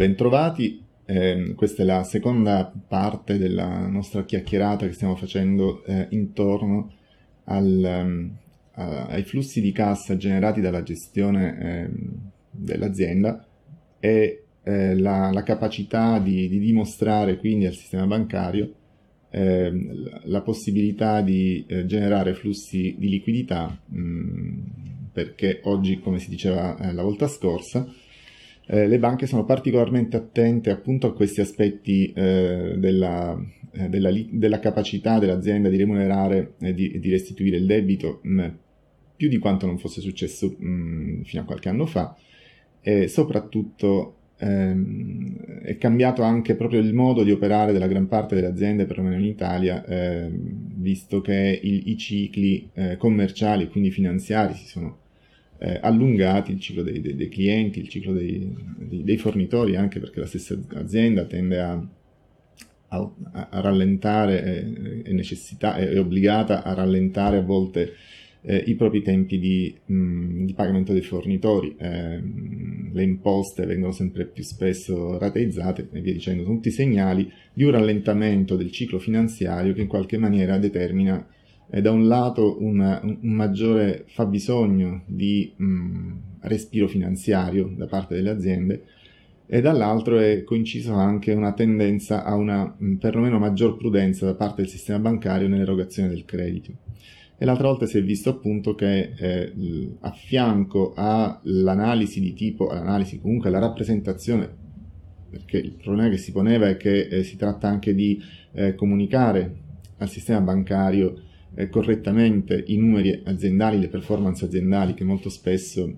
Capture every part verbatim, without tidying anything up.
Bentrovati, eh, questa è la seconda parte della nostra chiacchierata che stiamo facendo eh, intorno al, um, a, ai flussi di cassa generati dalla gestione eh, dell'azienda e eh, la, la capacità di, di dimostrare quindi al sistema bancario eh, la possibilità di eh, generare flussi di liquidità, mh, perché oggi, come si diceva eh, la volta scorsa, Eh, le banche sono particolarmente attente appunto a questi aspetti eh, della, eh, della, della capacità dell'azienda di remunerare e di, di restituire il debito, mh, più di quanto non fosse successo mh, fino a qualche anno fa, e soprattutto ehm, è cambiato anche proprio il modo di operare della gran parte delle aziende, perlomeno in Italia, eh, visto che il, i cicli eh, commerciali e quindi finanziari si sono Eh, allungati, il ciclo dei, dei, dei clienti, il ciclo dei, dei, dei fornitori, anche perché la stessa azienda tende a, a, a rallentare, è, è, necessità, è obbligata a rallentare a volte eh, i propri tempi di, mh, di pagamento dei fornitori. Eh, le imposte vengono sempre più spesso rateizzate e via dicendo, sono tutti segnali di un rallentamento del ciclo finanziario che in qualche maniera determina Eh, da un lato una, un, un maggiore fabbisogno di mh, respiro finanziario da parte delle aziende e dall'altro è coinciso anche una tendenza a una mh, perlomeno maggior prudenza da parte del sistema bancario nell'erogazione del credito. E l'altra volta si è visto appunto che eh, a fianco all'analisi di tipo, all'analisi comunque alla rappresentazione, perché il problema che si poneva è che eh, si tratta anche di eh, comunicare al sistema bancario Eh, correttamente i numeri aziendali, le performance aziendali che molto spesso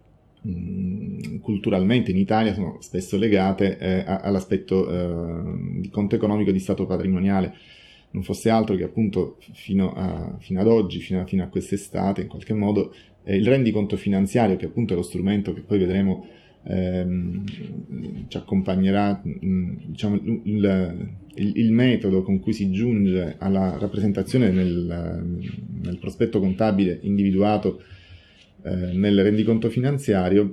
mh, culturalmente in Italia sono spesso legate eh, a, all'aspetto eh, di conto economico di stato patrimoniale. Non fosse altro che appunto fino, a, fino ad oggi, fino a, fino a quest'estate in qualche modo, eh, il rendiconto finanziario, che appunto è lo strumento che poi vedremo ehm, ci accompagnerà, mh, diciamo, il, il, il metodo con cui si giunge alla rappresentazione nel, nel prospetto contabile individuato eh, nel rendiconto finanziario.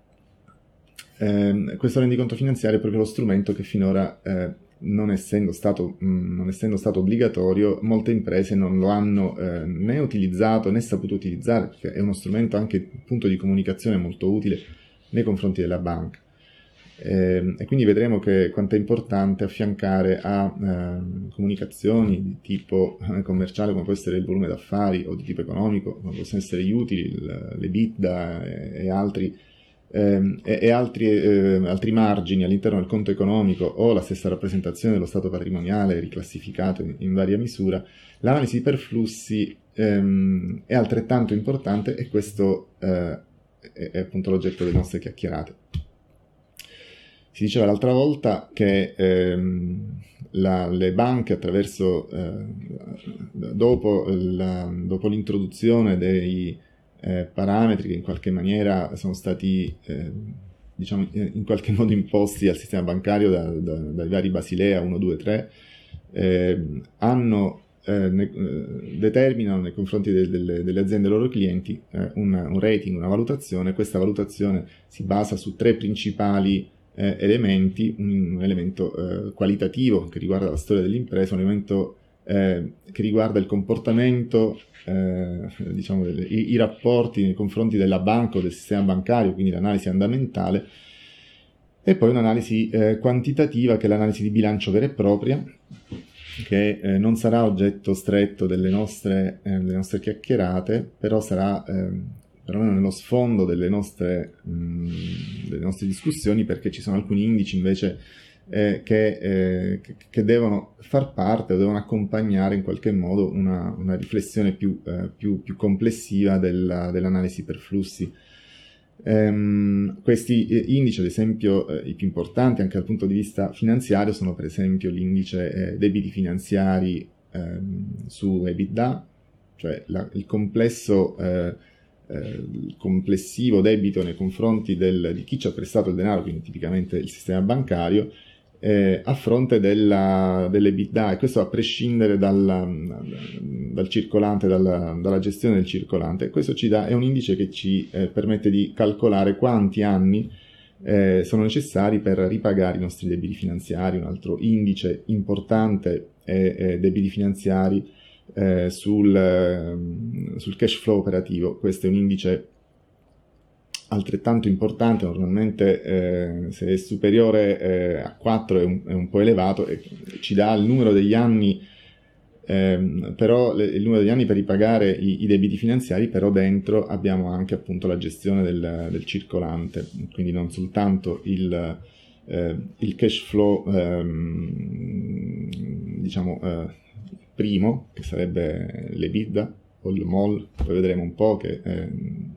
Eh, questo rendiconto finanziario è proprio lo strumento che finora, eh, non essendo stato, mh, non essendo stato obbligatorio, molte imprese non lo hanno eh, né utilizzato né saputo utilizzare, perché è uno strumento anche punto di comunicazione molto utile nei confronti della banca. Eh, e quindi vedremo che quanto è importante affiancare a eh, comunicazioni di tipo eh, commerciale, come può essere il volume d'affari, o di tipo economico, come possono essere gli utili, l'EBITDA e, e altri, eh, e, e altri, eh, altri margini all'interno del conto economico, o la stessa rappresentazione dello stato patrimoniale riclassificato in, in varia misura. L'analisi per flussi ehm, è altrettanto importante, e questo eh, è, è appunto l'oggetto delle nostre chiacchierate. Si diceva l'altra volta che ehm, la, le banche, attraverso eh, dopo, la, dopo l'introduzione dei eh, parametri che in qualche maniera sono stati eh, diciamo in qualche modo imposti al sistema bancario da, da, dai vari Basilea uno, due, tre, eh, hanno eh, ne, eh, determinano nei confronti de, de, delle aziende e loro clienti eh, un, un rating, una valutazione. Questa valutazione si basa su tre principali Eh, elementi: un, un elemento eh, qualitativo che riguarda la storia dell'impresa, un elemento eh, che riguarda il comportamento, eh, diciamo delle, i, i rapporti nei confronti della banca o del sistema bancario, quindi l'analisi andamentale, e poi un'analisi eh, quantitativa, che è l'analisi di bilancio vera e propria, che eh, non sarà oggetto stretto delle nostre, eh, delle nostre chiacchierate, però sarà eh, perlomeno nello sfondo delle nostre, mh, delle nostre discussioni, perché ci sono alcuni indici invece eh, che, eh, che, che devono far parte o devono accompagnare in qualche modo una, una riflessione più, eh, più, più complessiva della, dell'analisi per flussi. Ehm, questi eh, indici, ad esempio, eh, i più importanti anche dal punto di vista finanziario, sono per esempio l'indice eh, debiti finanziari ehm, su EBITDA, cioè la, il complesso eh, il complessivo debito nei confronti del, di chi ci ha prestato il denaro, quindi tipicamente il sistema bancario, eh, a fronte della, dell'EBITDA, e questo a prescindere dalla, dal circolante, dalla, dalla gestione del circolante. Questo ci dà, è un indice che ci eh, permette di calcolare quanti anni eh, sono necessari per ripagare i nostri debiti finanziari. Un altro indice importante è, è debiti finanziari eh, sul, eh, sul cash flow operativo. Questo è un indice altrettanto importante, normalmente eh, se è superiore eh, a quattro è un, è un po' elevato e ci dà il numero degli anni, eh, però le, il numero degli anni per ripagare i, i debiti finanziari, però dentro abbiamo anche appunto la gestione del, del circolante, quindi non soltanto il, eh, il cash flow ehm, diciamo eh, primo, che sarebbe l'EBITDA o il M O L, poi vedremo un po' che eh,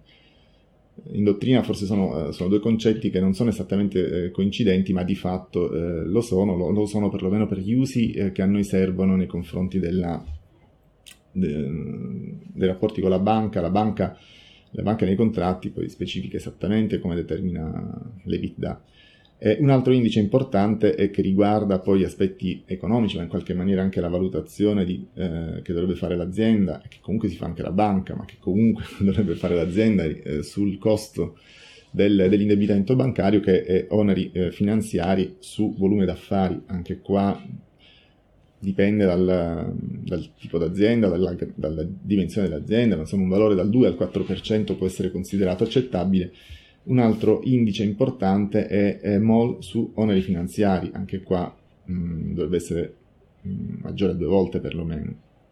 in dottrina forse sono, sono due concetti che non sono esattamente eh, coincidenti, ma di fatto eh, lo sono, lo, lo sono perlomeno per gli usi eh, che a noi servono nei confronti della, de, dei rapporti con la banca. La banca, la banca nei contratti poi specifica esattamente come determina l'EBITDA. Eh, un altro indice importante è che riguarda poi aspetti economici, ma in qualche maniera anche la valutazione di, eh, che dovrebbe fare l'azienda, e che comunque si fa anche la banca, ma che comunque dovrebbe fare l'azienda eh, sul costo del, dell'indebitamento bancario, che è oneri eh, finanziari su volume d'affari. Anche qua dipende dal, dal tipo d'azienda, dalla, dalla dimensione dell'azienda, ma insomma un valore dal due al quattro per cento può essere considerato accettabile. Un altro indice importante è, è M O L su oneri finanziari, anche qua mh, dovrebbe essere mh, maggiore a due volte perlomeno.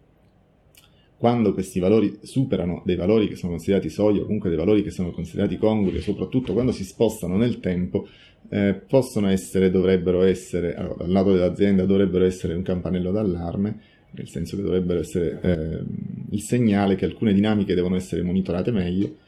Quando questi valori superano dei valori che sono considerati soglia, o comunque dei valori che sono considerati congrui, e soprattutto quando si spostano nel tempo, eh, possono essere, dovrebbero essere, allora, dal lato dell'azienda dovrebbero essere un campanello d'allarme, nel senso che dovrebbero essere eh, il segnale che alcune dinamiche devono essere monitorate meglio.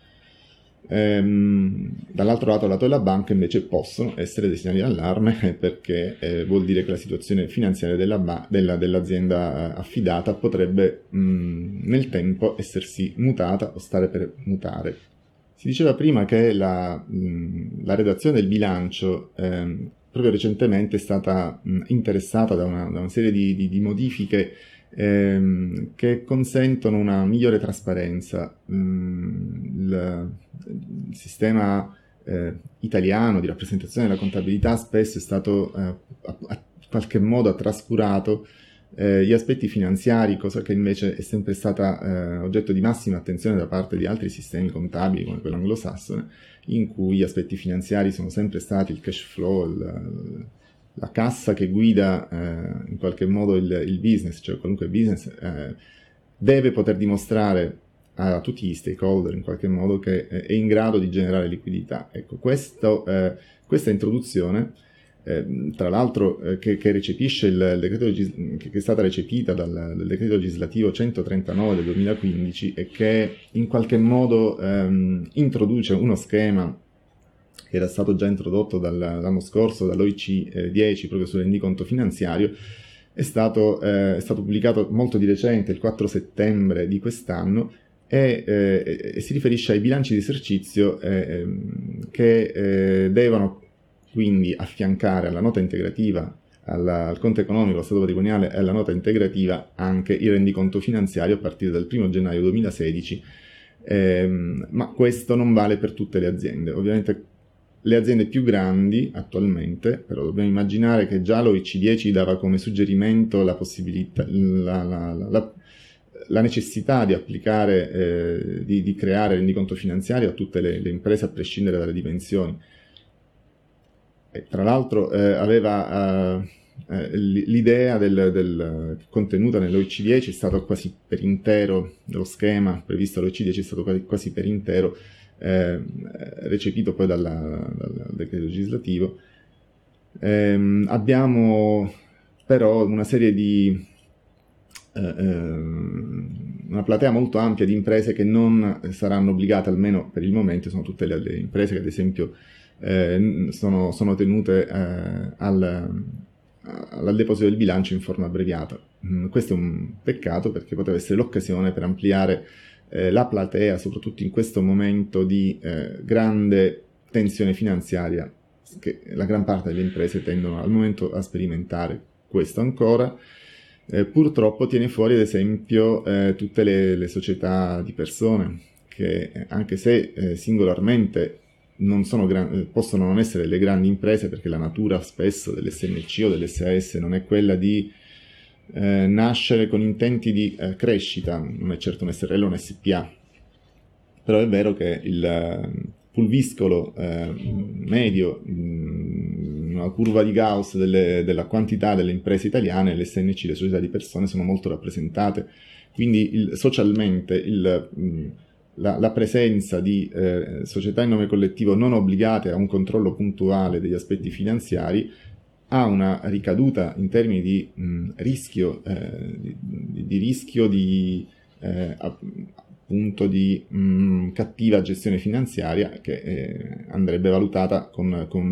Ehm, dall'altro lato, al lato della banca, invece possono essere dei segnali d'allarme, perché eh, vuol dire che la situazione finanziaria della ba- della, dell'azienda eh, affidata potrebbe mh, nel tempo essersi mutata o stare per mutare. Si diceva prima che la, mh, la redazione del bilancio ehm, proprio recentemente è stata mh, interessata da una, da una serie di, di, di modifiche ehm, che consentono una migliore trasparenza. Mm, il, il sistema eh, italiano di rappresentazione della contabilità spesso è stato eh, a, a qualche modo ha trascurato eh, gli aspetti finanziari, cosa che invece è sempre stata eh, oggetto di massima attenzione da parte di altri sistemi contabili come quello anglosassone, in cui gli aspetti finanziari sono sempre stati il cash flow, il, la cassa che guida eh, in qualche modo il, il business, cioè qualunque business eh, deve poter dimostrare a tutti gli stakeholder in qualche modo che eh, è in grado di generare liquidità. Ecco, questo, eh, questa introduzione, eh, tra l'altro eh, che, che recepisce il, il decreto legis- che è stata recepita dal, dal decreto legislativo centotrentanove del duemilaquindici e che in qualche modo ehm, introduce uno schema che era stato già introdotto dal, l'anno scorso dall'O I C dieci proprio sul rendiconto finanziario, è stato, eh, è stato pubblicato molto di recente, il quattro settembre di quest'anno, e, eh, e si riferisce ai bilanci di esercizio eh, che eh, devono quindi affiancare alla nota integrativa, alla, al conto economico, allo stato patrimoniale e alla nota integrativa anche il rendiconto finanziario a partire dal primo gennaio duemilasedici, eh, ma questo non vale per tutte le aziende. Ovviamente le aziende più grandi attualmente, però dobbiamo immaginare che già l'O I C dieci dava come suggerimento la possibilità, la, la, la, la necessità di applicare, eh, di, di creare rendiconto finanziario a tutte le, le imprese a prescindere dalle dimensioni. E tra l'altro eh, aveva eh, l'idea del, del, contenuta nell'O I C dieci è stato quasi per intero, lo schema previsto all'O I C dieci è stato quasi, quasi per intero Eh, recepito poi dalla, dal decreto legislativo. Eh, abbiamo però una serie di eh, eh, una platea molto ampia di imprese che non saranno obbligate, almeno per il momento, sono tutte le, le imprese che ad esempio eh, sono, sono tenute eh, al, al deposito del bilancio in forma abbreviata. Mm, questo è un peccato, perché poteva essere l'occasione per ampliare Eh, la platea, soprattutto in questo momento di eh, grande tensione finanziaria che la gran parte delle imprese tendono al momento a sperimentare. Questo ancora eh, purtroppo tiene fuori ad esempio eh, tutte le, le società di persone che, anche se eh, singolarmente non sono gran- possono non essere delle grandi imprese, perché la natura spesso dell'S N C o dell'S A S non è quella di eh, nascere con intenti di eh, crescita, non è certo un S R L o un S P A, però è vero che il eh, pulviscolo eh, medio, mh, una curva di Gauss delle, della quantità delle imprese italiane, l'S N C, le società di persone, sono molto rappresentate, quindi il, socialmente il... Mh, La, la presenza di eh, società in nome collettivo non obbligate a un controllo puntuale degli aspetti finanziari ha una ricaduta in termini di mh, rischio, eh, di, di rischio di eh, appunto di mh, cattiva gestione finanziaria, che eh, andrebbe valutata con, con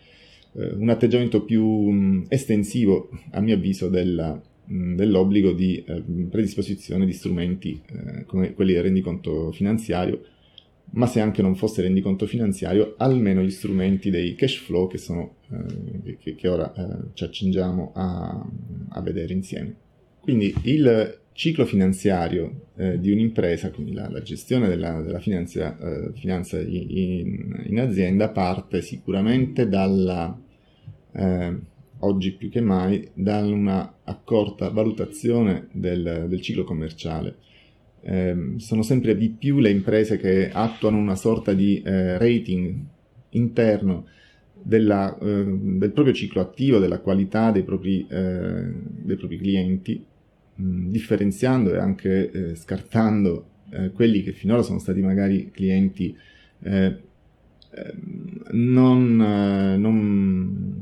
eh, un atteggiamento più mh, estensivo, a mio avviso, della dell'obbligo di eh, predisposizione di strumenti eh, come quelli del rendiconto finanziario, ma se anche non fosse rendiconto finanziario, almeno gli strumenti dei cash flow che, sono, eh, che, che ora eh, ci accingiamo a, a vedere insieme. Quindi il ciclo finanziario eh, di un'impresa, quindi la, la gestione della, della finanza, eh, finanza in, in azienda, parte sicuramente dalla eh, oggi più che mai da una accorta valutazione del, del ciclo commerciale. Eh, sono sempre di più le imprese che attuano una sorta di eh, rating interno della, eh, del proprio ciclo attivo, della qualità dei propri, eh, dei propri clienti, mh, differenziando e anche eh, scartando eh, quelli che finora sono stati magari clienti eh, eh, non, eh, non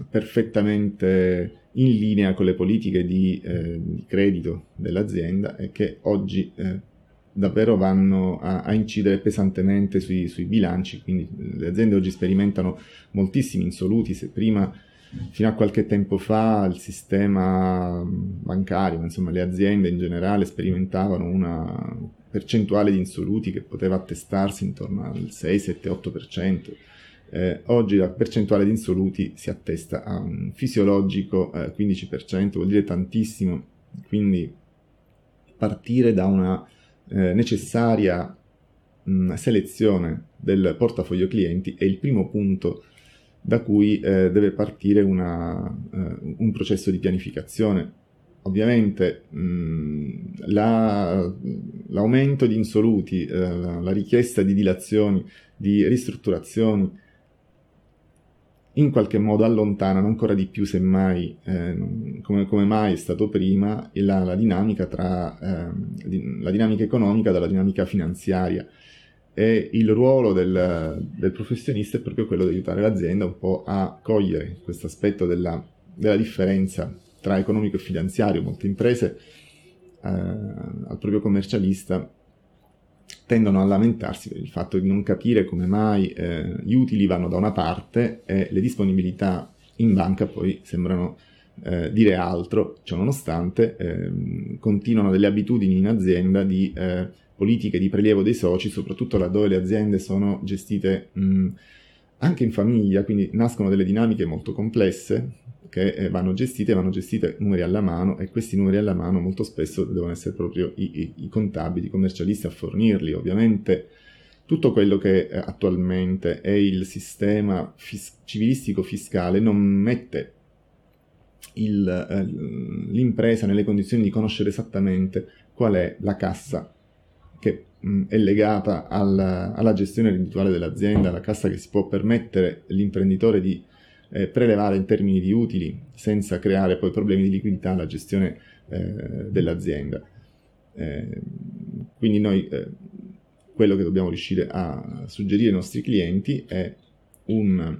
perfettamente in linea con le politiche di, eh, di credito dell'azienda, e che oggi eh, davvero vanno a, a incidere pesantemente sui, sui bilanci. Quindi le aziende oggi sperimentano moltissimi insoluti. Se prima, fino a qualche tempo fa, il sistema bancario, ma insomma le aziende in generale, sperimentavano una percentuale di insoluti che poteva attestarsi intorno al sei, sette, otto per cento. Eh, oggi la percentuale di insoluti si attesta a un fisiologico eh, quindici per cento, vuol dire tantissimo. Quindi partire da una eh, necessaria mh, selezione del portafoglio clienti è il primo punto da cui eh, deve partire una, uh, un processo di pianificazione. Ovviamente mh, la, l'aumento di insoluti, eh, la, la richiesta di dilazioni, di ristrutturazioni, in qualche modo allontanano ancora di più, semmai, eh, come, come mai è stato prima, la, la dinamica tra eh, la dinamica economica dalla dinamica finanziaria. E il ruolo del, del professionista è proprio quello di aiutare l'azienda un po' a cogliere questo aspetto della, della differenza tra economico e finanziario. Molte imprese eh, al proprio commercialista tendono a lamentarsi per il fatto di non capire come mai eh, gli utili vanno da una parte e le disponibilità in banca poi sembrano eh, dire altro. Ciò nonostante eh, continuano delle abitudini in azienda di eh, politiche di prelievo dei soci, soprattutto laddove le aziende sono gestite mh, anche in famiglia, quindi nascono delle dinamiche molto complesse che eh, vanno gestite, vanno gestite numeri alla mano, e questi numeri alla mano molto spesso devono essere proprio i, i, i contabili, i commercialisti a fornirli. Ovviamente tutto quello che eh, attualmente è il sistema fis- civilistico fiscale non mette il, eh, l'impresa nelle condizioni di conoscere esattamente qual è la cassa che mh, è legata alla, alla gestione reddituale dell'azienda, la cassa che si può permettere l'imprenditore di eh, prelevare in termini di utili senza creare poi problemi di liquidità alla gestione eh, dell'azienda. Eh, quindi noi eh, quello che dobbiamo riuscire a suggerire ai nostri clienti è un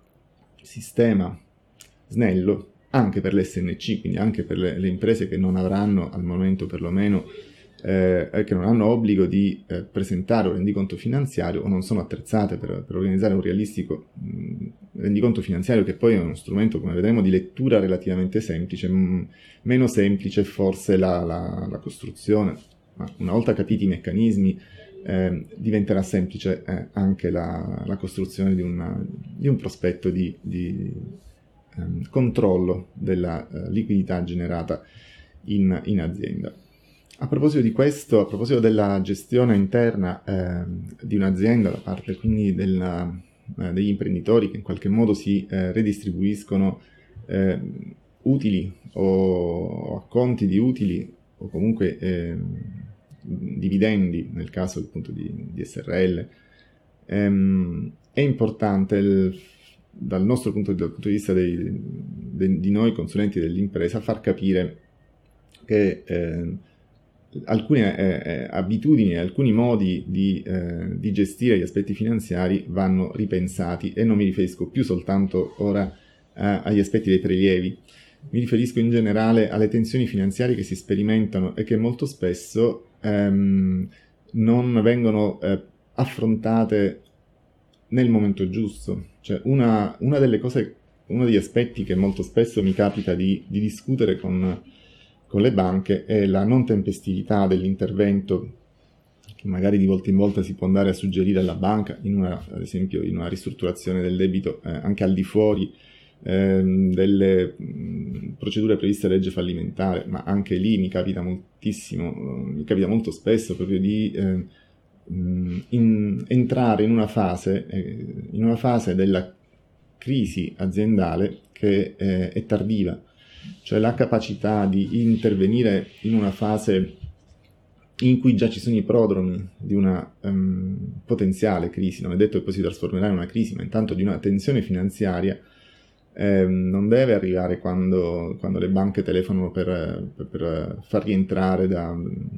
sistema snello anche per l'S N C, quindi anche per le, le imprese che non avranno al momento perlomeno Eh, che non hanno obbligo di eh, presentare un rendiconto finanziario o non sono attrezzate per, per organizzare un realistico mh, rendiconto finanziario, che poi è uno strumento, come vedremo, di lettura relativamente semplice. Mh, meno semplice forse la, la, la costruzione, ma una volta capiti i meccanismi eh, diventerà semplice eh, anche la, la costruzione di, una, di un prospetto di, di ehm, controllo della eh, liquidità generata in, in azienda. a proposito di questo, a proposito della gestione interna eh, di un'azienda da parte quindi della, eh, degli imprenditori che in qualche modo si eh, redistribuiscono eh, utili o acconti di utili o comunque eh, dividendi nel caso appunto di, di S R L, ehm, è importante il, dal nostro punto, dal punto di vista dei, de, di noi consulenti dell'impresa far capire che eh, alcune eh, abitudini, alcuni modi di, eh, di gestire gli aspetti finanziari vanno ripensati, e non mi riferisco più soltanto ora eh, agli aspetti dei prelievi, mi riferisco in generale alle tensioni finanziarie che si sperimentano e che molto spesso ehm, non vengono eh, affrontate nel momento giusto. Cioè una, una delle cose, uno degli aspetti che molto spesso mi capita di, di discutere con con le banche è la non tempestività dell'intervento che magari di volta in volta si può andare a suggerire alla banca, in una, ad esempio in una ristrutturazione del debito eh, anche al di fuori eh, delle mh, procedure previste a legge fallimentare, ma anche lì mi capita moltissimo, mi capita molto spesso proprio di eh, mh, in, entrare in una fase, eh, in una fase della crisi aziendale che eh, è tardiva. Cioè la capacità di intervenire in una fase in cui già ci sono i prodromi di una um, potenziale crisi, non è detto che poi si trasformerà in una crisi, ma intanto di una tensione finanziaria, eh, non deve arrivare quando, quando le banche telefonano per, per, per far rientrare da,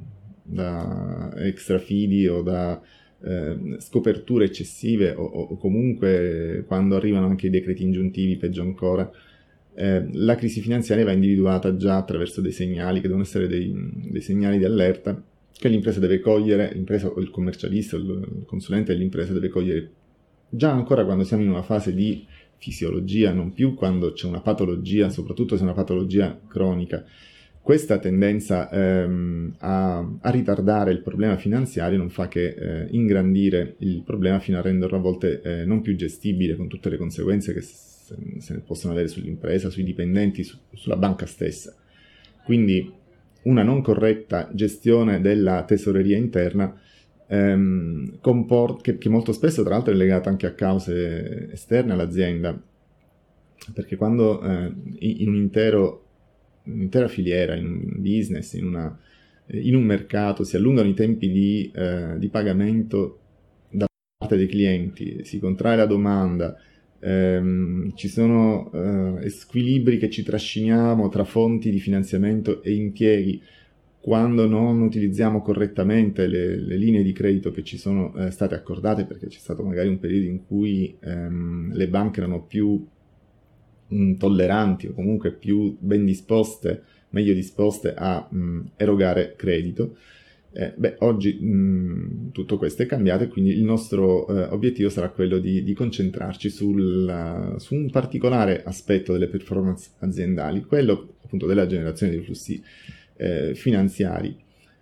da extrafidi o da eh, scoperture eccessive o, o comunque quando arrivano anche i decreti ingiuntivi, peggio ancora. Eh, la crisi finanziaria va individuata già attraverso dei segnali che devono essere dei, dei segnali di allerta che l'impresa deve cogliere, l'impresa o il commercialista, il consulente dell'impresa deve cogliere già ancora quando siamo in una fase di fisiologia, non più quando c'è una patologia, soprattutto se è una patologia cronica. Questa tendenza ehm, a, a ritardare il problema finanziario non fa che eh, ingrandire il problema fino a renderlo a volte eh, non più gestibile, con tutte le conseguenze che se ne possono avere sull'impresa, sui dipendenti, su, sulla banca stessa. Quindi una non corretta gestione della tesoreria interna ehm, comport- che, che molto spesso tra l'altro è legata anche a cause esterne all'azienda, perché quando eh, in un intero, un'intera filiera, in un business, in, una, in un mercato si allungano i tempi di, eh, di pagamento da parte dei clienti, si contrae la domanda, ehm, ci sono eh, squilibri che ci trasciniamo tra fonti di finanziamento e impieghi, quando non utilizziamo correttamente le, le linee di credito che ci sono eh, state accordate, perché c'è stato magari un periodo in cui ehm, le banche erano più mh, tolleranti o comunque più ben disposte, meglio disposte a mh, erogare credito. Eh, beh, oggi mh, tutto questo è cambiato e quindi il nostro eh, obiettivo sarà quello di, di concentrarci sul, su un particolare aspetto delle performance aziendali, quello appunto della generazione dei flussi eh, finanziari.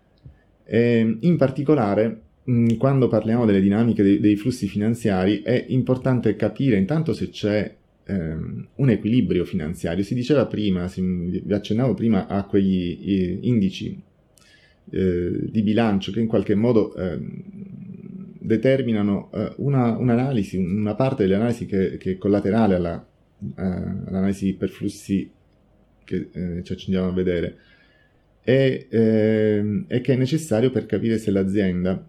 E, in particolare, mh, quando parliamo delle dinamiche dei, dei flussi finanziari, è importante capire intanto se c'è ehm, un equilibrio finanziario. Si diceva prima, si, vi accennavo prima a quegli eh, indici Eh, di bilancio che in qualche modo eh, determinano eh, una, un'analisi, una parte dell'analisi che, che è collaterale alla, eh, all'analisi per flussi che eh, ci accingiamo a vedere e, eh, e che è necessario per capire se l'azienda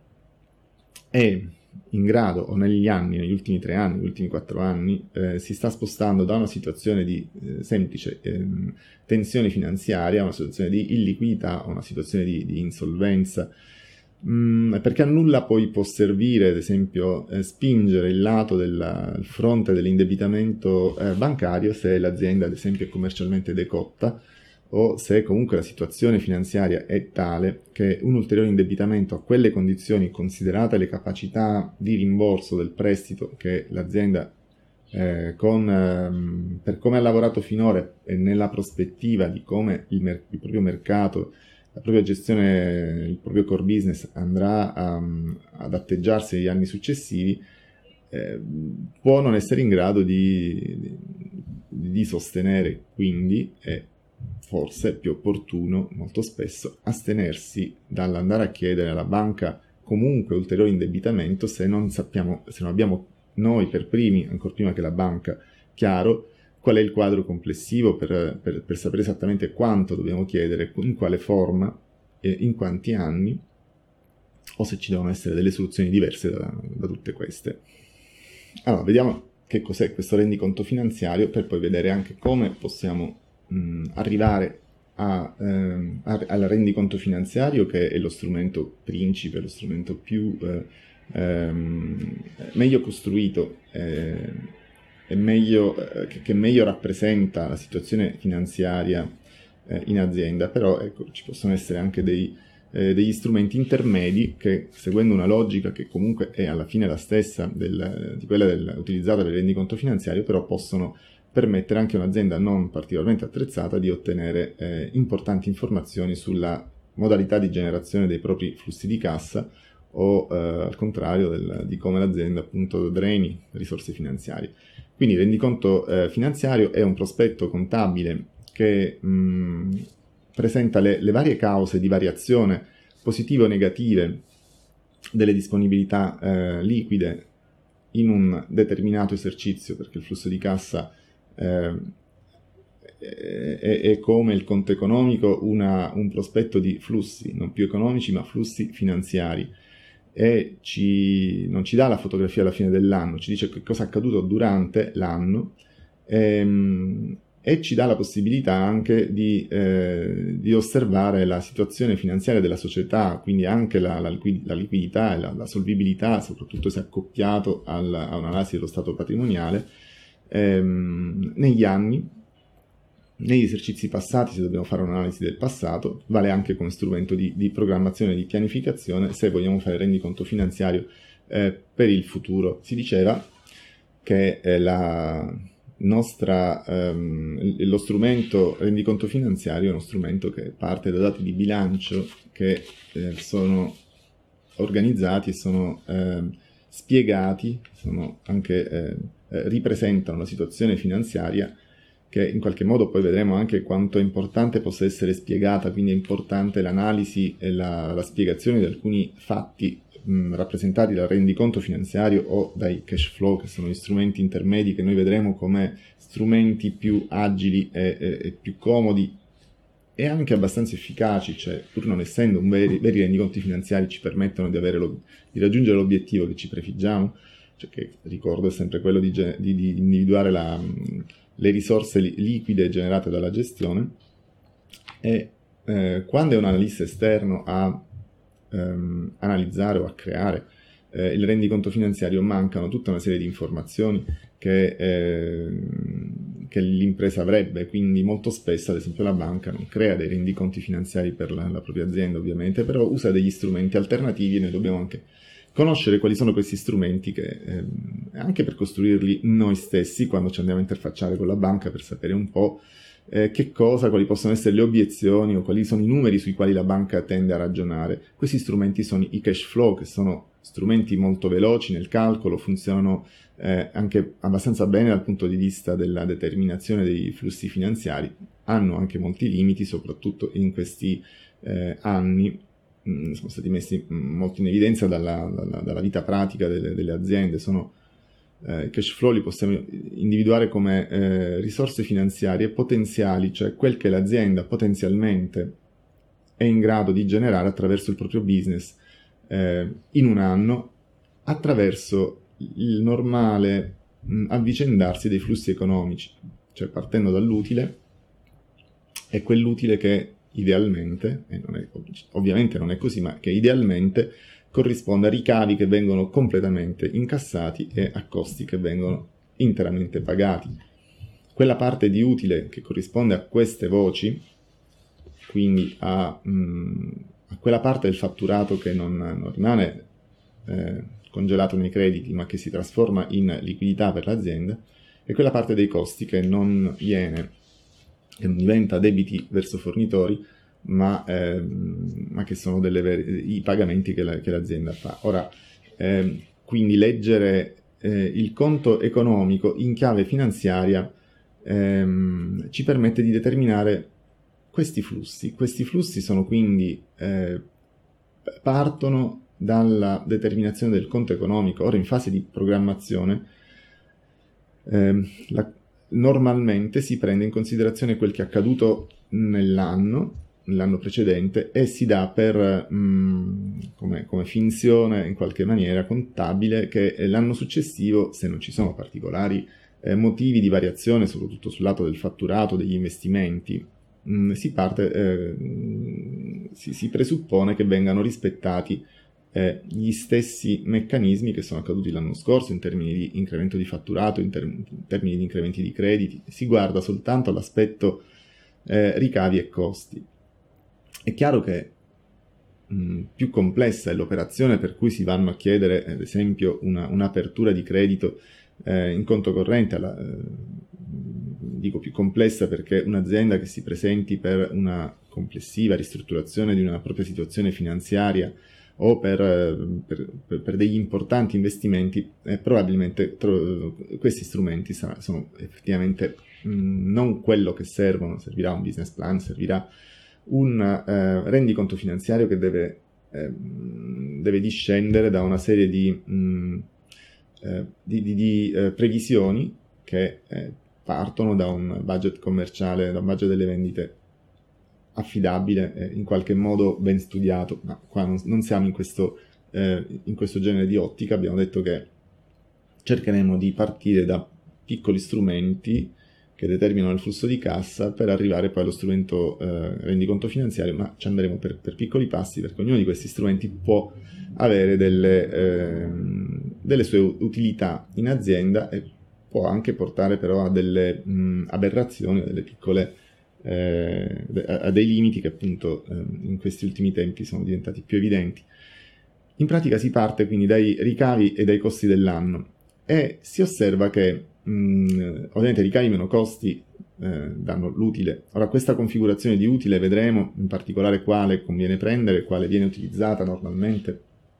è in grado, o negli anni, negli ultimi tre anni, negli ultimi quattro anni, eh, si sta spostando da una situazione di eh, semplice eh, tensione finanziaria a una situazione di illiquidità, a una situazione di, di insolvenza, mm, perché a nulla poi può servire, ad esempio, eh, spingere il lato del il fronte dell'indebitamento eh, bancario se l'azienda, ad esempio, è commercialmente decotta, o se comunque la situazione finanziaria è tale che un ulteriore indebitamento a quelle condizioni, considerate le capacità di rimborso del prestito che l'azienda eh, con, ehm, per come ha lavorato finora e nella prospettiva di come il, mer- il proprio mercato, la propria gestione, il proprio core business andrà a, ad atteggiarsi negli anni successivi, eh, può non essere in grado di, di, di sostenere quindi e forse è più opportuno, molto spesso, astenersi dall'andare a chiedere alla banca comunque ulteriore indebitamento se non sappiamo, se non abbiamo noi per primi, ancora prima che la banca, chiaro qual è il quadro complessivo per, per, per sapere esattamente quanto dobbiamo chiedere, in quale forma e in quanti anni, o se ci devono essere delle soluzioni diverse da, da tutte queste. Allora, vediamo che cos'è questo rendiconto finanziario per poi vedere anche come possiamo mh, arrivare a, ehm, a, al rendiconto finanziario, che è lo strumento principe, lo strumento più eh, ehm, meglio costruito eh, e meglio, eh, che, che meglio rappresenta la situazione finanziaria eh, in azienda. Però ecco, ci possono essere anche dei Eh, degli strumenti intermedi che, seguendo una logica che comunque è alla fine la stessa del, di quella del, utilizzata per il rendiconto finanziario, però possono permettere anche a un'azienda non particolarmente attrezzata di ottenere eh, importanti informazioni sulla modalità di generazione dei propri flussi di cassa o eh, al contrario del, di come l'azienda appunto dreni risorse finanziarie. Quindi il rendiconto eh, finanziario è un prospetto contabile che mh, presenta le, le varie cause di variazione positive o negative delle disponibilità eh, liquide in un determinato esercizio, perché il flusso di cassa eh, è, è come il conto economico una, un prospetto di flussi, non più economici ma flussi finanziari, e ci, non ci dà la fotografia alla fine dell'anno, ci dice che cosa è accaduto durante l'anno, ehm, e ci dà la possibilità anche di, eh, di osservare la situazione finanziaria della società, quindi anche la, la, la liquidità e la, la solvibilità, soprattutto se accoppiato al, a un'analisi dello stato patrimoniale, ehm, negli anni, negli esercizi passati, se dobbiamo fare un'analisi del passato, vale anche come strumento di, di programmazione e di pianificazione se vogliamo fare rendiconto finanziario eh, per il futuro. Si diceva che eh, la... Nostra, ehm, lo strumento rendiconto finanziario è uno strumento che parte da dati di bilancio che eh, sono organizzati e sono eh, spiegati, sono anche, eh, ripresentano la situazione finanziaria, che in qualche modo poi vedremo anche quanto è importante possa essere spiegata, quindi è importante l'analisi e la, la spiegazione di alcuni fatti mh, rappresentati dal rendiconto finanziario o dai cash flow, che sono gli strumenti intermedi che noi vedremo come strumenti più agili e, e, e più comodi e anche abbastanza efficaci, cioè pur non essendo un veri, veri rendiconti finanziari ci permettono di, avere lo, di raggiungere l'obiettivo che ci prefiggiamo, cioè che ricordo è sempre quello di, di, di individuare la, le risorse li, liquide generate dalla gestione. E eh, quando è un analista esterno a ehm, analizzare o a creare eh, il rendiconto finanziario, mancano tutta una serie di informazioni che, eh, che l'impresa avrebbe, quindi molto spesso ad esempio la banca non crea dei rendiconti finanziari per la, la propria azienda ovviamente, però usa degli strumenti alternativi e noi dobbiamo anche conoscere quali sono questi strumenti, che, eh, anche per costruirli noi stessi quando ci andiamo a interfacciare con la banca, per sapere un po' eh, che cosa, quali possono essere le obiezioni o quali sono i numeri sui quali la banca tende a ragionare. Questi strumenti sono i cash flow, che sono strumenti molto veloci nel calcolo, funzionano eh, anche abbastanza bene dal punto di vista della determinazione dei flussi finanziari, hanno anche molti limiti, soprattutto in questi eh, anni mh, sono stati messi mh, molto in evidenza dalla, dalla, dalla vita pratica delle, delle aziende. Sono eh, cash flow li possiamo individuare come eh, risorse finanziarie potenziali, cioè quel che l'azienda potenzialmente è in grado di generare attraverso il proprio business eh, in un anno, attraverso il normale mh, avvicendarsi dei flussi economici, cioè partendo dall'utile, è quell'utile che idealmente, e non è, ovviamente non è così, ma che idealmente corrisponde a ricavi che vengono completamente incassati e a costi che vengono interamente pagati. Quella parte di utile che corrisponde a queste voci, quindi a, mh, a quella parte del fatturato che non, non rimane eh, congelato nei crediti, ma che si trasforma in liquidità per l'azienda, e quella parte dei costi che non viene, che non diventa debiti verso fornitori, ma, ehm, ma che sono delle vere, i pagamenti che, la, che l'azienda fa. Ora, ehm, quindi leggere eh, il conto economico in chiave finanziaria ehm, ci permette di determinare questi flussi. Questi flussi sono quindi, eh, partono dalla determinazione del conto economico. Ora in fase di programmazione eh, la, normalmente si prende in considerazione quel che è accaduto nell'anno, l'anno precedente, e si dà per mh, come, come finzione in qualche maniera contabile che l'anno successivo, se non ci sono particolari eh, motivi di variazione, soprattutto sul lato del fatturato, degli investimenti, mh, si parte, eh, si, si presuppone che vengano rispettati eh, gli stessi meccanismi che sono accaduti l'anno scorso in termini di incremento di fatturato, in, ter- in termini di incrementi di crediti. Si guarda soltanto all'aspetto eh, ricavi e costi. È chiaro che mh, più complessa è l'operazione per cui si vanno a chiedere, ad esempio, una, un'apertura di credito eh, in conto corrente. Alla, eh, dico più complessa perché un'azienda che si presenti per una complessiva ristrutturazione di una propria situazione finanziaria o per, per, per degli importanti investimenti, eh, probabilmente tro- questi strumenti sarà, sono effettivamente mh, non quello che servono. Servirà un business plan, servirà un eh, rendiconto finanziario che deve, eh, deve discendere da una serie di, mh, eh, di, di, di eh, previsioni che eh, partono da un budget commerciale, da un budget delle vendite affidabile, eh, in qualche modo ben studiato. Ma qua non, non siamo in questo, eh, in questo genere di ottica. Abbiamo detto che cercheremo di partire da piccoli strumenti che determinano il flusso di cassa per arrivare poi allo strumento eh, rendiconto finanziario, ma ci andremo per, per piccoli passi, perché ognuno di questi strumenti può avere delle, eh, delle sue utilità in azienda e può anche portare però a delle mh, aberrazioni, a delle piccole eh, a dei limiti che appunto eh, in questi ultimi tempi sono diventati più evidenti. In pratica si parte quindi dai ricavi e dai costi dell'anno e si osserva che mh, ovviamente ricavi meno costi eh, danno l'utile. Ora, questa configurazione di utile vedremo in particolare quale conviene prendere, quale viene utilizzata normalmente,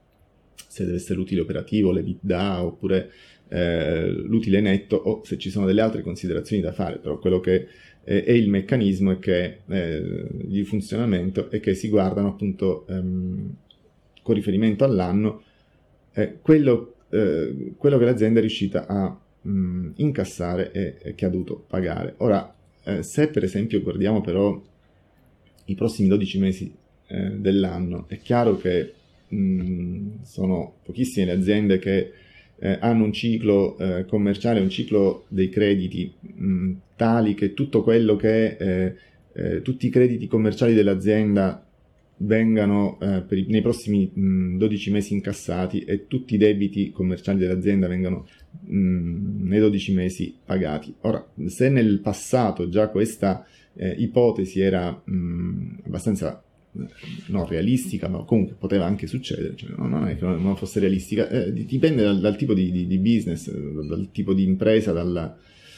se deve essere l'utile operativo, l'EBITDA, oppure eh, l'utile netto, o se ci sono delle altre considerazioni da fare. Però quello che eh, è il meccanismo è che, eh, di funzionamento è che si guardano appunto ehm, con riferimento all'anno eh, quello, eh, quello che l'azienda è riuscita a mh, incassare e, e che ha dovuto pagare. Ora, eh, se per esempio guardiamo però i prossimi dodici mesi eh, dell'anno, è chiaro che mh, sono pochissime le aziende che eh, hanno un ciclo eh, commerciale, un ciclo dei crediti mh, tali che tutto quello che eh, eh, tutti i crediti commerciali dell'azienda vengano eh, per i, nei prossimi mh, dodici mesi incassati e tutti i debiti commerciali dell'azienda vengano mh, nei dodici mesi pagati. Ora, se nel passato già questa eh, ipotesi era mh, abbastanza eh, non realistica, ma comunque poteva anche succedere, cioè, no, non è che non fosse realistica, eh, dipende dal, dal tipo di, di, di business, dal, dal tipo di impresa, dalla,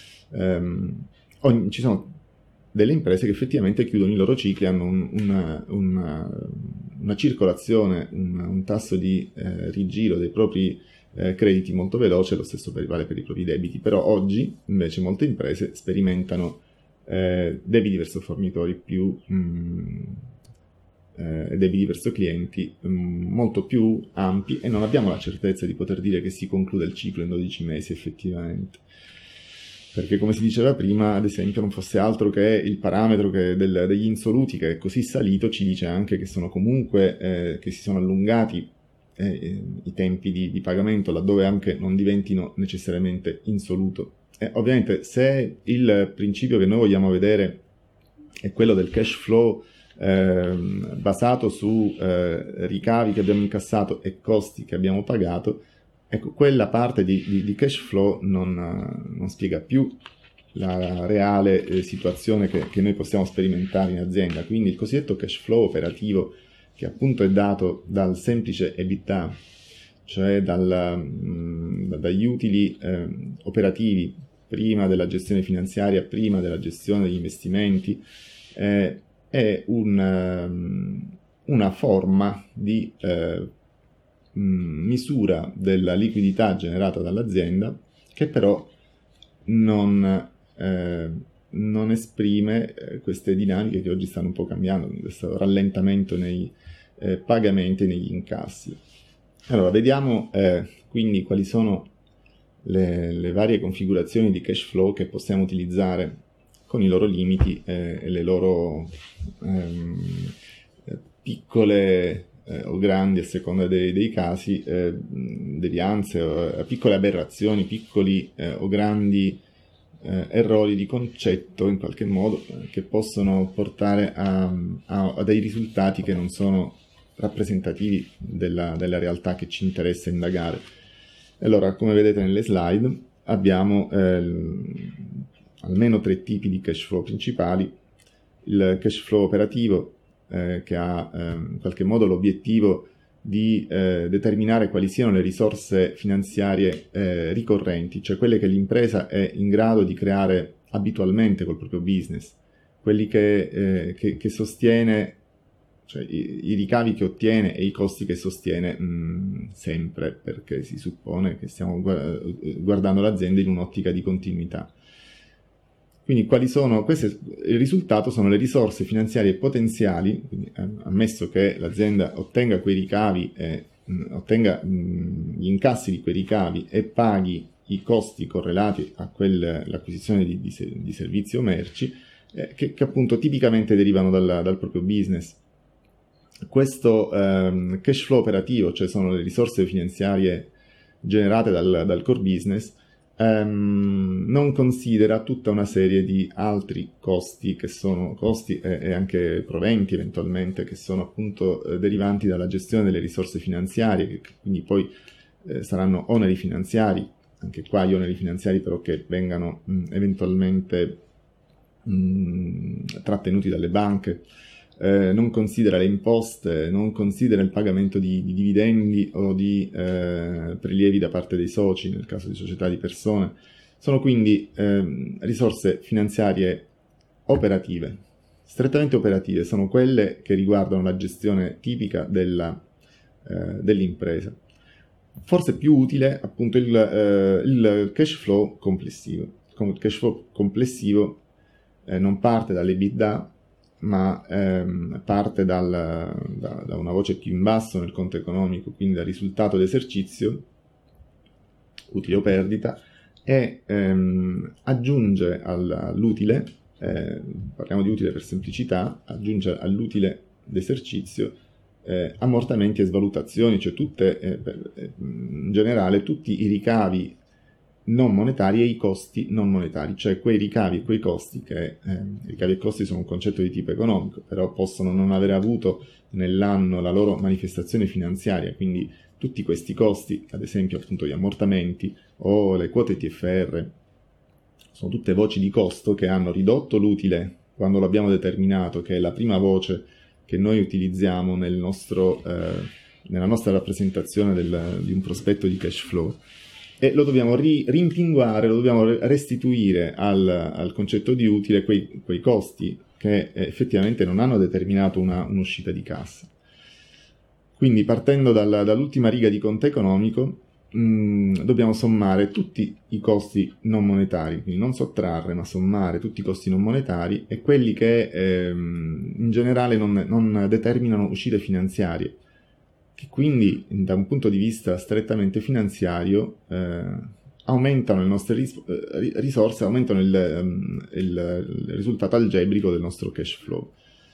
ehm, ogni, ci sono delle imprese che effettivamente chiudono i loro cicli, hanno un, una, una, una circolazione, un, un tasso di eh, rigiro dei propri eh, crediti molto veloce, lo stesso per, vale per i propri debiti. Però oggi invece molte imprese sperimentano eh, debiti verso fornitori più mh, eh, debiti verso clienti mh, molto più ampi, e non abbiamo la certezza di poter dire che si conclude il ciclo in dodici mesi effettivamente. Perché, come si diceva prima, ad esempio, non fosse altro che il parametro che del, degli insoluti, che è così salito, ci dice anche che sono comunque, eh, che si sono allungati eh, i tempi di, di pagamento, laddove anche non diventino necessariamente insoluto. E ovviamente, se il principio che noi vogliamo vedere è quello del cash flow eh, basato su eh, ricavi che abbiamo incassato e costi che abbiamo pagato, ecco, quella parte di, di, di cash flow non, non spiega più la reale eh, situazione che, che noi possiamo sperimentare in azienda. Quindi il cosiddetto cash flow operativo, che appunto è dato dal semplice EBITDA, cioè dal, mh, dagli utili eh, operativi prima della gestione finanziaria, prima della gestione degli investimenti, eh, è un, um, una forma di eh, misura della liquidità generata dall'azienda che però non, eh, non esprime eh, queste dinamiche che oggi stanno un po' cambiando, quindi questo rallentamento nei eh, pagamenti e negli incassi. Allora, vediamo eh, quindi quali sono le, le varie configurazioni di cash flow che possiamo utilizzare con i loro limiti eh, e le loro ehm, piccole eh, o grandi, a seconda dei, dei casi, eh, devianze, o, piccole aberrazioni, piccoli eh, o grandi eh, errori di concetto in qualche modo eh, che possono portare a, a, a dei risultati che non sono rappresentativi della, della realtà che ci interessa indagare. Allora, come vedete nelle slide, abbiamo eh, almeno tre tipi di cash flow principali. Il cash flow operativo, eh, che ha eh, in qualche modo l'obiettivo di eh, determinare quali siano le risorse finanziarie eh, ricorrenti, cioè quelle che l'impresa è in grado di creare abitualmente col proprio business, quelli che, eh, che, che sostiene, cioè i, i ricavi che ottiene e i costi che sostiene mh, sempre, perché si suppone che stiamo guardando l'azienda in un'ottica di continuità. Quindi quali sono queste? Il risultato sono le risorse finanziarie potenziali, quindi, ammesso che l'azienda ottenga quei ricavi, e, mh, ottenga mh, gli incassi di quei ricavi e paghi i costi correlati a quell'acquisizione di, di, di servizi o merci, eh, che, che appunto tipicamente derivano dal, dal proprio business. Questo ehm, cash flow operativo, cioè sono le risorse finanziarie generate dal, dal core business, ehm, non considera tutta una serie di altri costi, che sono costi e, e anche proventi eventualmente, che sono appunto eh, derivanti dalla gestione delle risorse finanziarie, che quindi poi eh, saranno oneri finanziari, anche qua gli oneri finanziari però che vengano mh, eventualmente mh, trattenuti dalle banche. Eh, non considera le imposte, non considera il pagamento di, di dividendi o di eh, prelievi da parte dei soci nel caso di società di persone. Sono quindi eh, risorse finanziarie operative, strettamente operative, sono quelle che riguardano la gestione tipica della, eh, dell'impresa. Forse più utile appunto il, eh, il cash flow complessivo. Il cash flow complessivo eh, non parte dall'EBITDA, ma ehm, parte dal, da, da una voce più in basso nel conto economico, quindi dal risultato d'esercizio, utile o perdita, e ehm, aggiunge al, all'utile, eh, parliamo di utile per semplicità, aggiunge all'utile d'esercizio eh, ammortamenti e svalutazioni, cioè tutte, eh, per, eh, in generale tutti i ricavi non monetari e i costi non monetari, cioè quei ricavi e quei costi che, eh, ricavi e costi sono un concetto di tipo economico, però possono non aver avuto nell'anno la loro manifestazione finanziaria, quindi tutti questi costi, ad esempio appunto gli ammortamenti o le quote T F R, sono tutte voci di costo che hanno ridotto l'utile quando l'abbiamo determinato, che è la prima voce che noi utilizziamo nel nostro, eh, nella nostra rappresentazione del, di un prospetto di cash flow. E lo dobbiamo ri- rimpinguare, lo dobbiamo restituire al, al concetto di utile quei, quei costi che eh, effettivamente non hanno determinato una, un'uscita di cassa. Quindi partendo dal, dall'ultima riga di conto economico mh, dobbiamo sommare tutti i costi non monetari, quindi non sottrarre ma sommare tutti i costi non monetari e quelli che ehm, in generale non, non determinano uscite finanziarie, che quindi da un punto di vista strettamente finanziario eh, aumentano le nostre ris- risorse, aumentano il, um, il, il risultato algebrico del nostro cash flow.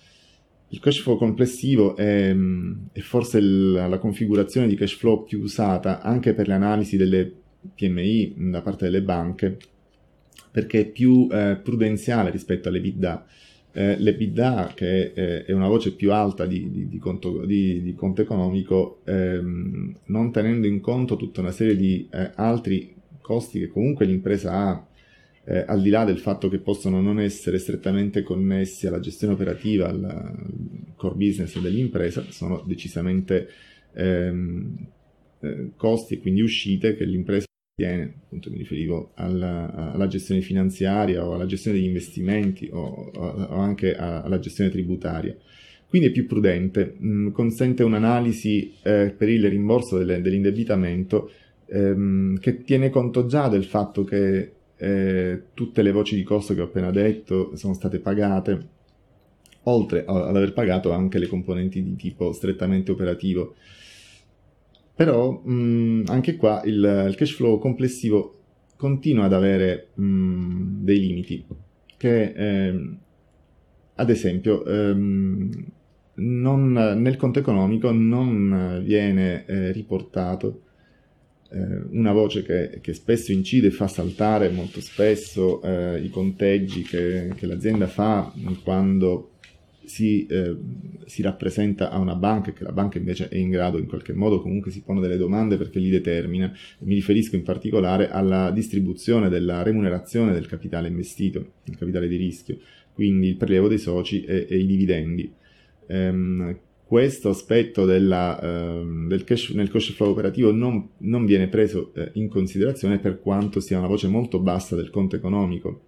Il cash flow complessivo è, è forse il, la configurazione di cash flow più usata anche per le analisi delle P M I da parte delle banche, perché è più eh, prudenziale rispetto all'EBITDA. Eh, L'EBITDA, che è, è una voce più alta di, di, di, conto, di, di conto economico, ehm, non tenendo in conto tutta una serie di eh, altri costi che comunque l'impresa ha, eh, al di là del fatto che possono non essere strettamente connessi alla gestione operativa, al, al core business dell'impresa, sono decisamente ehm, eh, costi e quindi uscite che l'impresa tiene, appunto mi riferivo alla, alla gestione finanziaria o alla gestione degli investimenti o, o anche alla gestione tributaria. Quindi è più prudente, mh, consente un'analisi eh, per il rimborso delle, dell'indebitamento ehm, che tiene conto già del fatto che eh, tutte le voci di costo che ho appena detto sono state pagate, oltre ad aver pagato anche le componenti di tipo strettamente operativo. Però mh, anche qua il, il cash flow complessivo continua ad avere mh, dei limiti, che ehm, ad esempio ehm, non, nel conto economico non viene eh, riportato eh, una voce che, che spesso incide e fa saltare molto spesso eh, i conteggi che, che l'azienda fa quando si, eh, si rappresenta a una banca, che la banca invece è in grado in qualche modo, comunque si pone delle domande perché li determina. Mi riferisco in particolare alla distribuzione della remunerazione del capitale investito, il capitale di rischio, quindi il prelievo dei soci e, e i dividendi. Ehm, questo aspetto della, ehm, del cash, nel cash flow operativo non, non viene preso eh, in considerazione, per quanto sia una voce molto bassa del conto economico.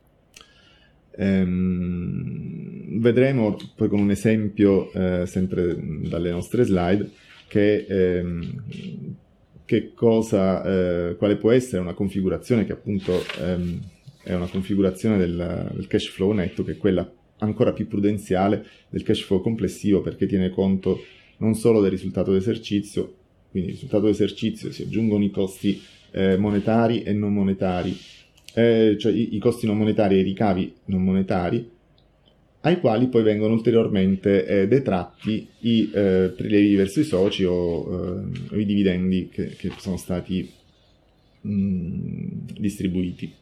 Ehm, vedremo poi con un esempio eh, sempre dalle nostre slide che, ehm, che cosa, eh, quale può essere una configurazione che appunto ehm, è una configurazione del, del cash flow netto, che è quella ancora più prudenziale del cash flow complessivo, perché tiene conto non solo del risultato d'esercizio, quindi il risultato d'esercizio si aggiungono i costi eh, monetari e non monetari, eh, cioè i, i costi non monetari e i ricavi non monetari, ai quali poi vengono ulteriormente eh, detratti i eh, prelievi verso i soci o, eh, o i dividendi che, che sono stati mh, distribuiti.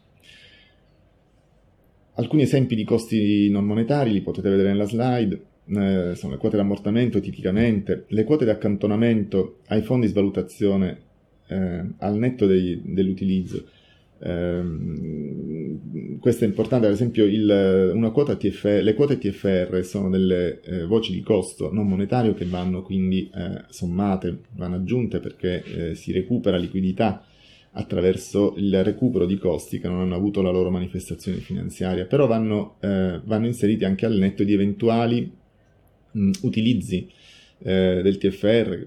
Alcuni esempi di costi non monetari li potete vedere nella slide, eh, sono le quote d'ammortamento tipicamente, le quote di accantonamento ai fondi svalutazione eh, al netto dei, dell'utilizzo. Eh, questo è importante, ad esempio il, una quota T F R, le quote T F R sono delle eh, voci di costo non monetario che vanno quindi eh, sommate, vanno aggiunte perché eh, si recupera liquidità attraverso il recupero di costi che non hanno avuto la loro manifestazione finanziaria, però vanno, eh, vanno inseriti anche al netto di eventuali mh, utilizzi eh, del T F R,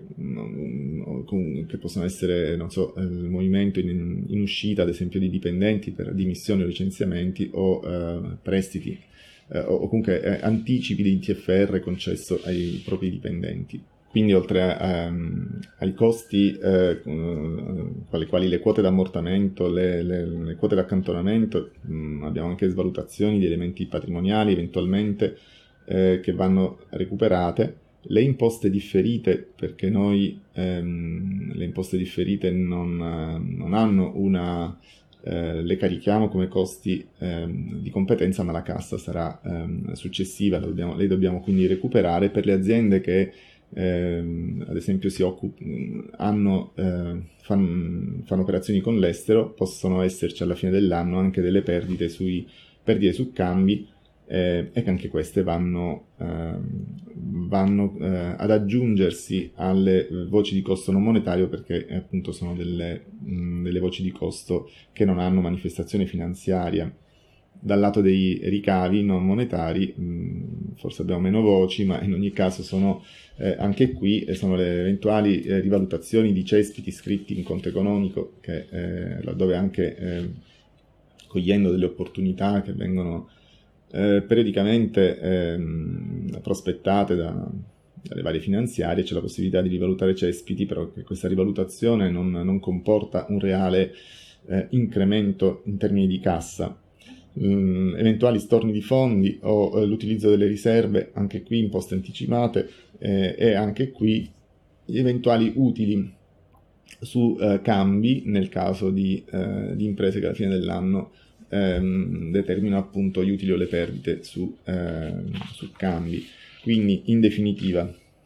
mh, che possono essere, non so, il movimento in, in uscita, ad esempio, di dipendenti per dimissioni o licenziamenti, o eh, prestiti, eh, o comunque eh, anticipi di T F R concesso ai propri dipendenti. Quindi oltre a, um, ai costi eh, uh, quali, quali le quote d'ammortamento, le, le, le quote d'accantonamento, mh, abbiamo anche svalutazioni di elementi patrimoniali eventualmente eh, che vanno recuperate, le imposte differite, perché noi ehm, le imposte differite non, non hanno una... Eh, le carichiamo come costi ehm, di competenza, ma la cassa sarà ehm, successiva, le dobbiamo, le dobbiamo quindi recuperare. Per le aziende che Eh, ad esempio si occup- hanno, eh, fan, fanno operazioni con l'estero, possono esserci alla fine dell'anno anche delle perdite sui perdite su cambi eh, e che anche queste vanno, eh, vanno eh, ad aggiungersi alle voci di costo non monetario, perché eh, appunto sono delle, mh, delle voci di costo che non hanno manifestazione finanziaria. Dal lato dei ricavi non monetari mh, forse abbiamo meno voci, ma in ogni caso sono eh, anche qui eh, sono le eventuali eh, rivalutazioni di cespiti scritti in conto economico, che eh, laddove anche eh, cogliendo delle opportunità che vengono eh, periodicamente eh, prospettate da, dalle varie finanziarie, c'è la possibilità di rivalutare cespiti, però che questa rivalutazione non, non comporta un reale eh, incremento in termini di cassa. Mm, eventuali storni di fondi o eh, l'utilizzo delle riserve, anche qui imposte anticipate, eh, e anche qui gli eventuali utili su eh, cambi nel caso di, eh, di imprese che alla fine dell'anno ehm, determinano appunto gli utili o le perdite su, eh, su cambi. Quindi in definitiva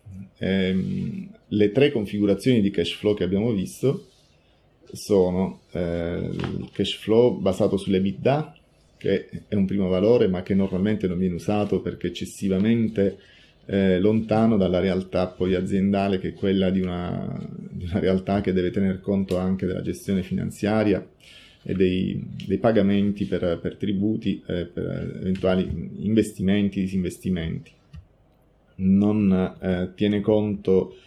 ehm, le tre configurazioni di cash flow che abbiamo visto sono eh, il cash flow basato sull'EBITDA, che è un primo valore ma che normalmente non viene usato perché eccessivamente eh, lontano dalla realtà poi aziendale, che è quella di una, di una realtà che deve tener conto anche della gestione finanziaria e dei, dei pagamenti per, per tributi, eh, per eventuali investimenti, disinvestimenti. Non eh, tiene conto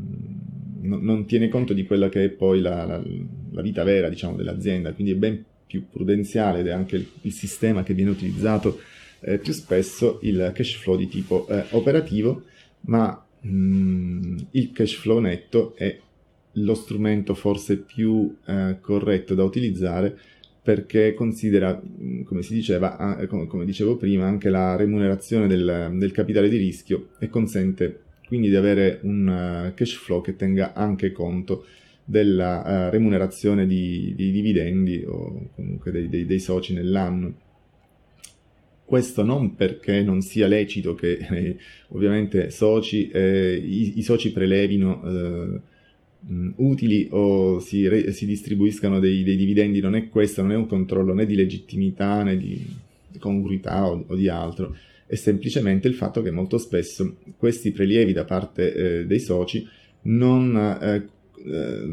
ehm, non, non tiene conto di quella che è poi la, la, la vita vera, diciamo, dell'azienda, quindi è ben più prudenziale ed è anche il, il sistema che viene utilizzato eh, più spesso, il cash flow di tipo eh, operativo, ma mh, il cash flow netto è lo strumento forse più eh, corretto da utilizzare, perché considera, come si diceva, come dicevo prima, anche la remunerazione del, del capitale di rischio e consente quindi di avere un cash flow che tenga anche conto della uh, remunerazione di, di dividendi o comunque dei, dei, dei soci nell'anno. Questo non perché non sia lecito che eh, ovviamente soci, eh, i, i soci prelevino eh, utili o si, re, si distribuiscano dei, dei dividendi, non è questo, non è un controllo né di legittimità né di congruità o, o di altro, è semplicemente il fatto che molto spesso questi prelievi da parte eh, dei soci non, eh, eh,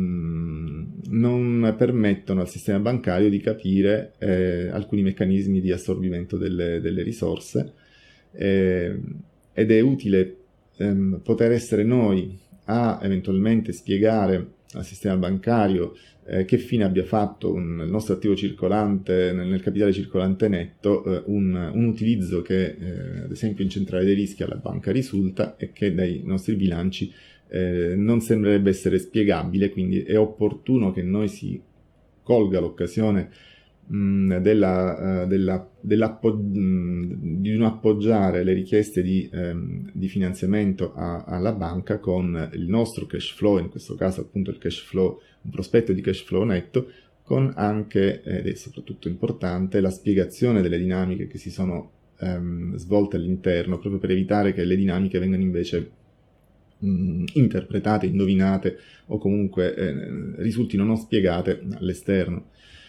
non permettono al sistema bancario di capire eh, alcuni meccanismi di assorbimento delle, delle risorse eh, ed è utile ehm, poter essere noi a eventualmente spiegare al sistema bancario eh, che fine abbia fatto un, il nostro attivo circolante nel, nel capitale circolante netto, eh, un, un utilizzo che eh, ad esempio in centrale dei rischi alla banca risulta e che dai nostri bilanci eh, non sembrerebbe essere spiegabile. Quindi è opportuno che noi si colga l'occasione Della, uh, della, dell'appo- mh, di non appoggiare le richieste di, ehm, di finanziamento a, alla banca con il nostro cash flow, in questo caso appunto il cash flow, un prospetto di cash flow netto, con anche, ed è soprattutto importante, la spiegazione delle dinamiche che si sono ehm, svolte all'interno, proprio per evitare che le dinamiche vengano invece mh, interpretate, indovinate o comunque eh, risultino non spiegate all'esterno.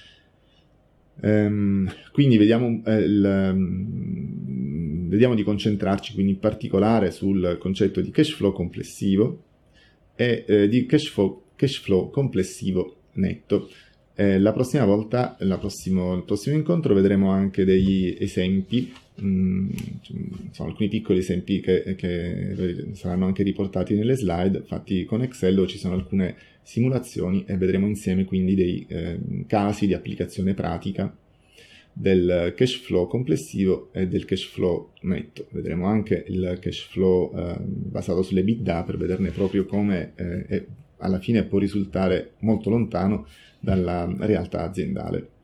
Um, quindi vediamo, eh, il, um, vediamo di concentrarci quindi in particolare sul concetto di cash flow complessivo e eh, di cash flow, cash flow complessivo netto. Eh, la prossima volta, la prossimo, il prossimo incontro, vedremo anche degli esempi, mh, insomma, alcuni piccoli esempi che, che saranno anche riportati nelle slide fatti con Excel, dove ci sono alcune simulazioni e vedremo insieme quindi dei eh, casi di applicazione pratica del cash flow complessivo e del cash flow netto. Vedremo anche il cash flow eh, basato sulle EBITDA per vederne proprio come eh, alla fine può risultare molto lontano dalla realtà aziendale.